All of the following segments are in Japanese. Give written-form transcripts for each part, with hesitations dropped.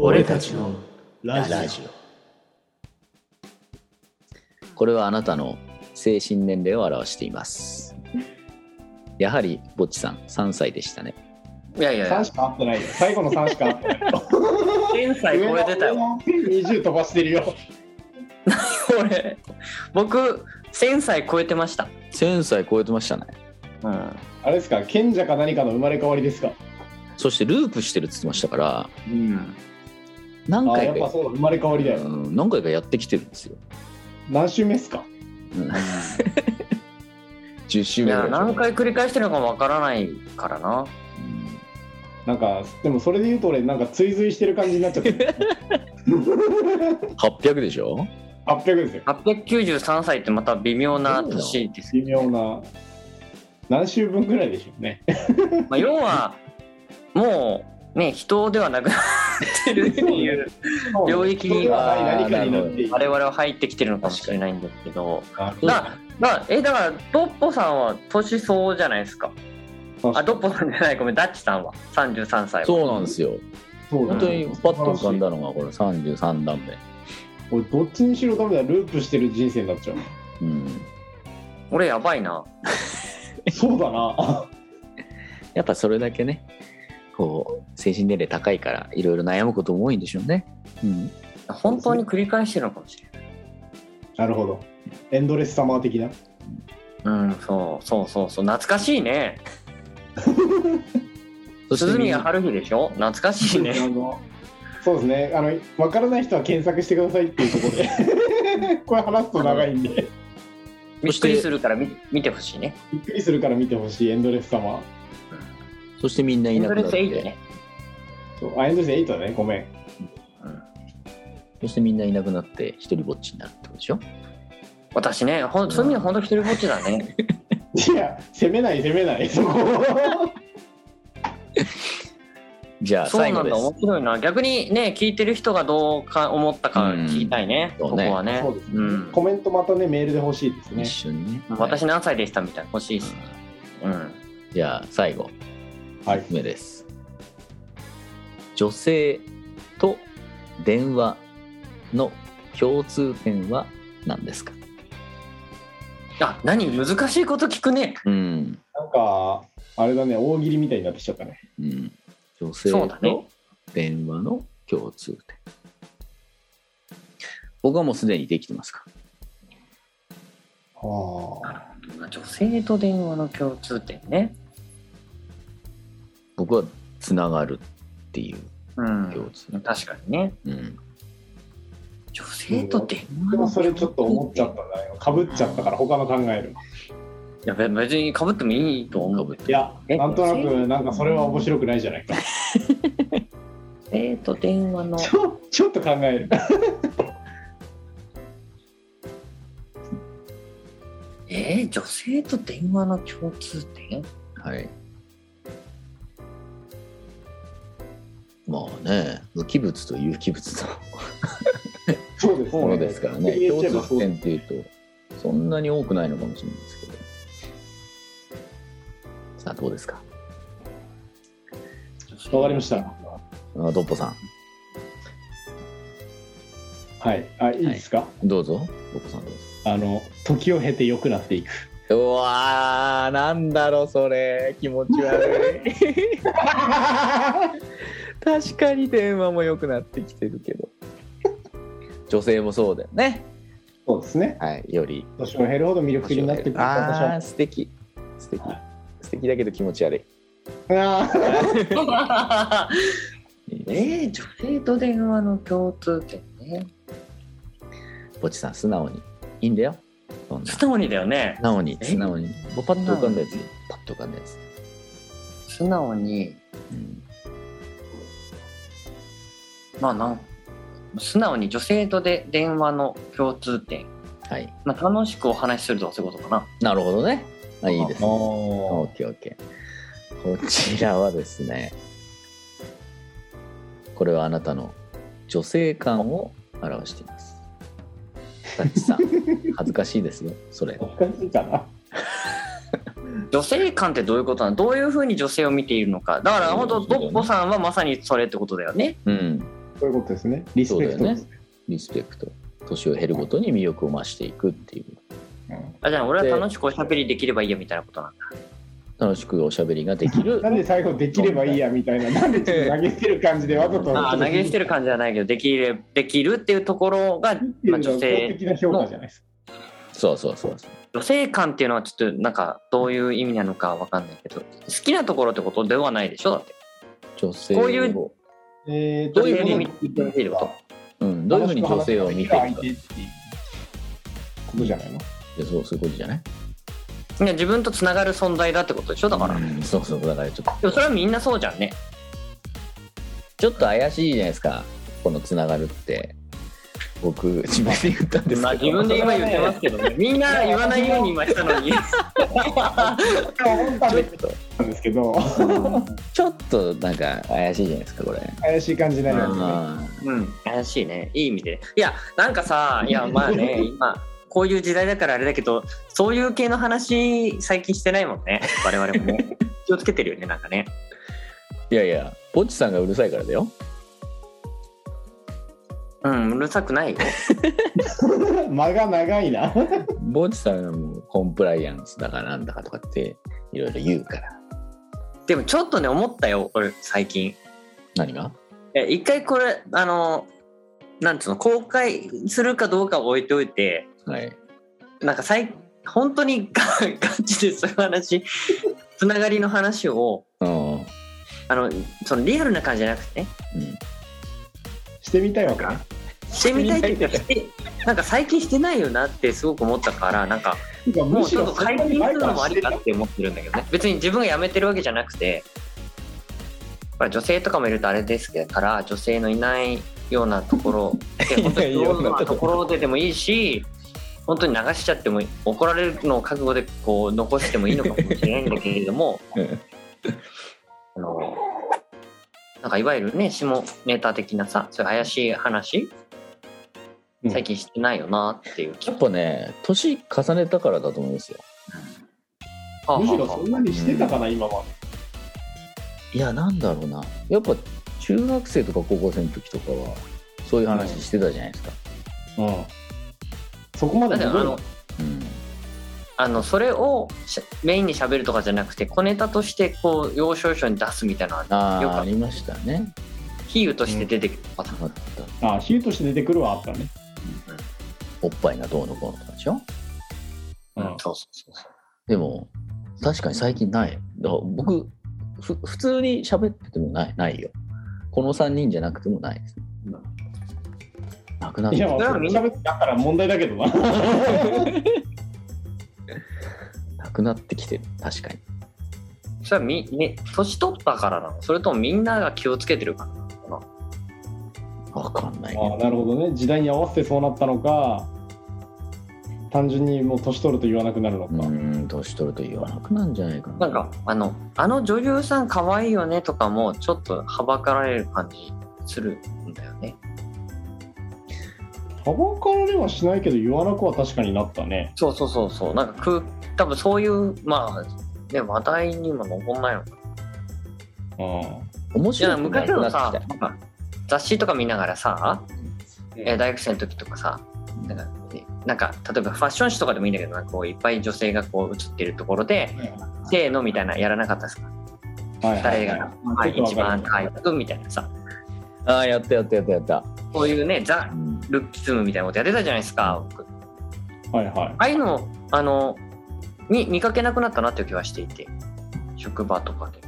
俺たちのラジオ。これはあなたの精神年齢を表しています。やはりぼっちさん3歳でしたね。 いやいやいや、 3しか合ってないよ。最後の3しか合ってないよ。 1000歳超えてたよ。 20飛ばしてるよ。 俺僕1000歳超えてました。 1000歳超えてましたね。 うんあれですか、賢者か何かの生まれ変わりですか。 そしてループしてるって言ってましたからうん何回かやっぱそうだ、生まれ変わりだよ。 何回かやってきてるんですよ。 何週目っすか。 10週いや目ぐらいでしょ。 何回繰り返してるのかわからないからな。 なんかでもそれで言うと俺なんか追随してる感じになっちゃってる。 800でしょ。 800ですよ。 893歳ってまた微妙な年です微妙な何週分ぐらいでしょうね。 まあ、要はもうね人ではなくなってるっていう領域に人ではない何かになっている。 我々は入ってきてるのかもしれないんですけど、 あだからドッポさんは年相応じゃないですか。あ、ドッポさんじゃない、ごめん、ダッチさんは33歳は。 そうなんですよ。 そうだ本当にパッと浮かんだのがこれ33段目。 俺どっちにしろダメだ、ループしてる人生になっちゃう。 俺やばいな。 そうだな。 やっぱそれだけねこう精神年齢高いからいろいろ悩むことも多いんでしょうね。 本当に繰り返してるのかもしれない。 なるほど。エンドレスサマー的な。 そう懐かしいね。 そして鈴宮春日でしょ、懐かしいね。 そうですね。分からない人は検索してくださいっていうところでこれ話すと長いんでびっくりするから見てほしいね。 びっくりするから見てほしいエンドレスサマー。 そしてみんないなくなって、 エンドレス8ね。 そう、エンドレス8だね、ごめん。 そしてみんないなくなって一人ぼっちになるってことでしょ。 私ね、そういう意味では本当一人ぼっちだね。 いや、責めないそこじゃあそうなんだ、 最後です。 面白いな。逆にね、聞いてる人がどうか思ったか聞きたいね、 そうねここはね。 そうですね、コメントまたねメールで欲しいですね。 一緒にね。 私何歳でしたみたいな欲しいです。 じゃあ最後はい、 1つ目です。女性と電話の共通点は何ですか。 あ、何難しいこと聞くね。 なんかあれだね、大喜利みたいになってきちゃったね。 女性と電話の共通点、僕はもうすでにできてますか。 女性と電話の共通点ね。 僕はつながるっていう共通点、 確かにね。女性と電話でものそれちょっと思っちゃったんだよ。かぶっちゃったから他の考える。 いや別に被ってもいいと思う。 いや、なんとなくなんかそれは面白くないじゃないか。 電話のちょっと考える。 女性と電話の共通点。 はい。まあね、無機物と有機物のそうですね、 ものですからね。共通点っていうとそんなに多くないのかもしれないですけど。さあどうですか。 わかりました。 ドッポさん。 はい、いいですか。はい、 どうぞ、ドッポさんどうぞ。 時を経て良くなっていく。 うわー、なんだろうそれ、気持ち悪い。確かに電話も良くなってきてるけど、女性もそうだよね。 そうですね。 はい、より年を経るほど魅力的になってくる。 ああ、素敵だけど気持ち悪い。 女性と電話の共通点ね。 ぼちさん素直にいいんだよ。 素直にだよね。 素直にパッと浮かんだやつ。 素直に、素直に女性と電話の共通点。はい。楽しくお話しするとかそういうことかな。 なるほどね。いいですね。オッケー。こちらはですね、これはあなたの女性感を表しています。タッチさん、恥ずかしいですよ、それ。 恥ずかしいかな。 女性感ってどういうことなの？どういうふうに女性を見ているのか。だから本当ドッポさんはまさにそれってことだよね。 そういうことですね。リスペクトですね。 リスペクト。年を経るごとに魅力を増していくっていう。 じゃあ俺は楽しくおしゃべりできればいいやみたいなことなんだ。 楽しくおしゃべりができる。 なんで最後できればいいやみたいな、なんでちょっと投げ捨てる感じでわざと投げ捨てる感じじゃないけど、できるっていうところが、まあ、女性的な評価じゃないですか。 そうそうそう。 女性感っていうのはちょっとなんかどういう意味なのかわかんないけど、好きなところってことではないでしょ。だって女性をこういうどういうふうに見ていること、 どういうふうに女性を見ていくかっていうことじゃないの。 そういうことじゃない。 いや自分とつながる存在だってことでしょ。だから、 そうそう、だからちょっとでもそれはみんなそうじゃんね。 ちょっと怪しいじゃないですか、このつながるって。僕自分で言ったんですけど、 まあ自分で今言ってますけどね、みんな言わないように今したのになんですけどちょっとなんか怪しいじゃないですかこれ。 怪しい感じになりますね。 怪しいね、いい意味で。いやなんかさ、いやまあね今こういう時代だからあれだけど、そういう系の話最近してないもんね我々もね気をつけてるよね、なんかね。 いやいや、ぼっちさんがうるさいからだよ。 うるさくないよ間が長いなぼっちさんがもうコンプライアンスだからなんだかとかっていろいろ言うから。 でもちょっとね思ったよ俺最近。 何が？ 一回これなんつうの、公開するかどうかを置いておいて、 はい、 なんか本当にガチでそういう話つながりの話をそのリアルな感じじゃなくてね、 してみたいわけね。 してみたいっていうかなんか最近してないよなってすごく思ったから、なんかもうちょっと解禁するのもありかって思ってるんだけどね。別に自分が辞めてるわけじゃなくて、女性とかもいるとあれですけどから、女性のいないようなところで本当にようなところでもいいし、本当に流しちゃっても怒られるのを覚悟でこう残してもいいのかもしれないんだけれどもなんかいわゆるね下ネタ的なさ、そういう怪しい話最近してないよなっていう気、 やっぱね年重ねたからだと思うんですよ。 むしろそんなにしてたかな、今まで。 いやなんだろうな、やっぱ中学生とか高校生の時とかはそういう話してたじゃないですか。 そこまでそれをメインに喋るとかじゃなくて、小ネタとしてこう要所要所に出すみたいなのはありましたね。 比喩として出てくるパターン、 比喩として出てくるはあったね。 おっぱいがどうのこうのとかでしょ。 そう。 でも確かに最近ない。だから僕普通に喋っててもないよ。この3人じゃなくてもないです。なくなって。 いや、喋ってだから問題だけどな。 なくなってきてる、確かに。 それは年取ったからなの？それともみんなが気をつけてるからなのかな？わかんない。 なるほどね。時代に合わせてそうなったのか、単純にもう年取ると言わなくなるのか。 年取ると言わなくなるんじゃないかな。 なんかあの女優さん可愛いよねとかもちょっとはばかられる感じするんだよね。 はばかられはしないけど言わなくは確かになったね。 そう。なんか多分そういう話題にも残んないのかな。 面白い。 昔のさ、雑誌とか見ながらさ、大学生の時とかさ、なんか例えばファッション誌とかでもいいんだけど、なんかこういっぱい女性がこう写ってるところで、せーのみたいなやらなかったですか？誰が一番可愛くみたいなさ。 やった。 そういうね、ザ・ルッキズムみたいなことやってたじゃないですか、僕。ああいうの見かけなくなったなっていう気はしていて、職場とかで。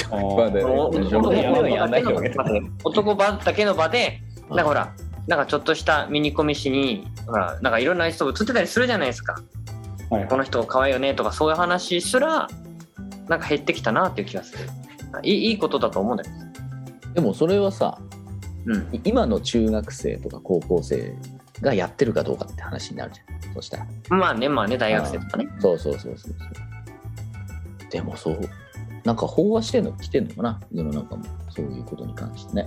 男場だけの場で、なんかほら、なんかちょっとしたミニコミ誌に、ほら、なんかいろんな人映ってたりするじゃないですか。この人可愛いよねとか、そういう話すらなんか減ってきたなっていう気がする。いいことだと思うんだけど。 でもそれはさ、今の中学生とか高校生がやってるかどうかって話になるじゃん。そしたらまあね大学生とかね。 そう。でもそうなんか飽和してんの来てんのかな、世の中もそういうことに関してね。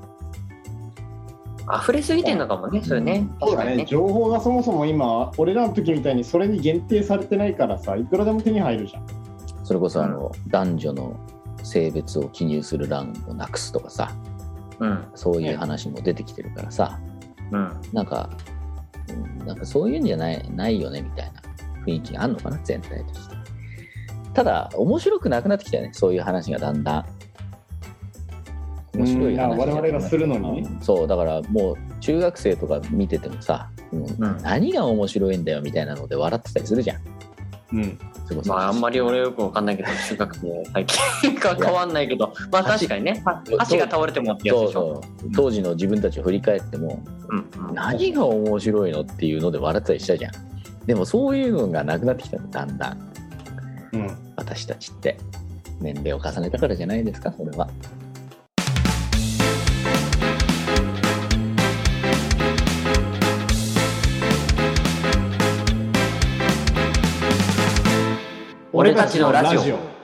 溢れすぎてんのかもね、それね。 そうだね。情報がそもそも今俺らの時みたいにそれに限定されてないからさ、いくらでも手に入るじゃん。 それこそ男女の性別を記入する欄をなくすとかさ、 そういう話も出てきてるからさ、なんかそういうんじゃないよねみたいな雰囲気があるのかな、全体として。ただ面白くなくなってきたよね、そういう話がだんだん。面白い話我々がするのにね。 そうだからもう中学生とか見ててもさ、何が面白いんだよみたいなので笑ってたりするじゃん。 まああんまり俺よくわかんないけど、中学生最近か変わんないけど、まあ確かにね、足が倒れてもってやつでしょ。 当時の自分たちを振り返っても、何が面白いのっていうので笑ってたりしたじゃん。でもそういうのがなくなってきたの、だんだん。私たちって年齢を重ねたからじゃないですか、それは。 俺たちのラジオ。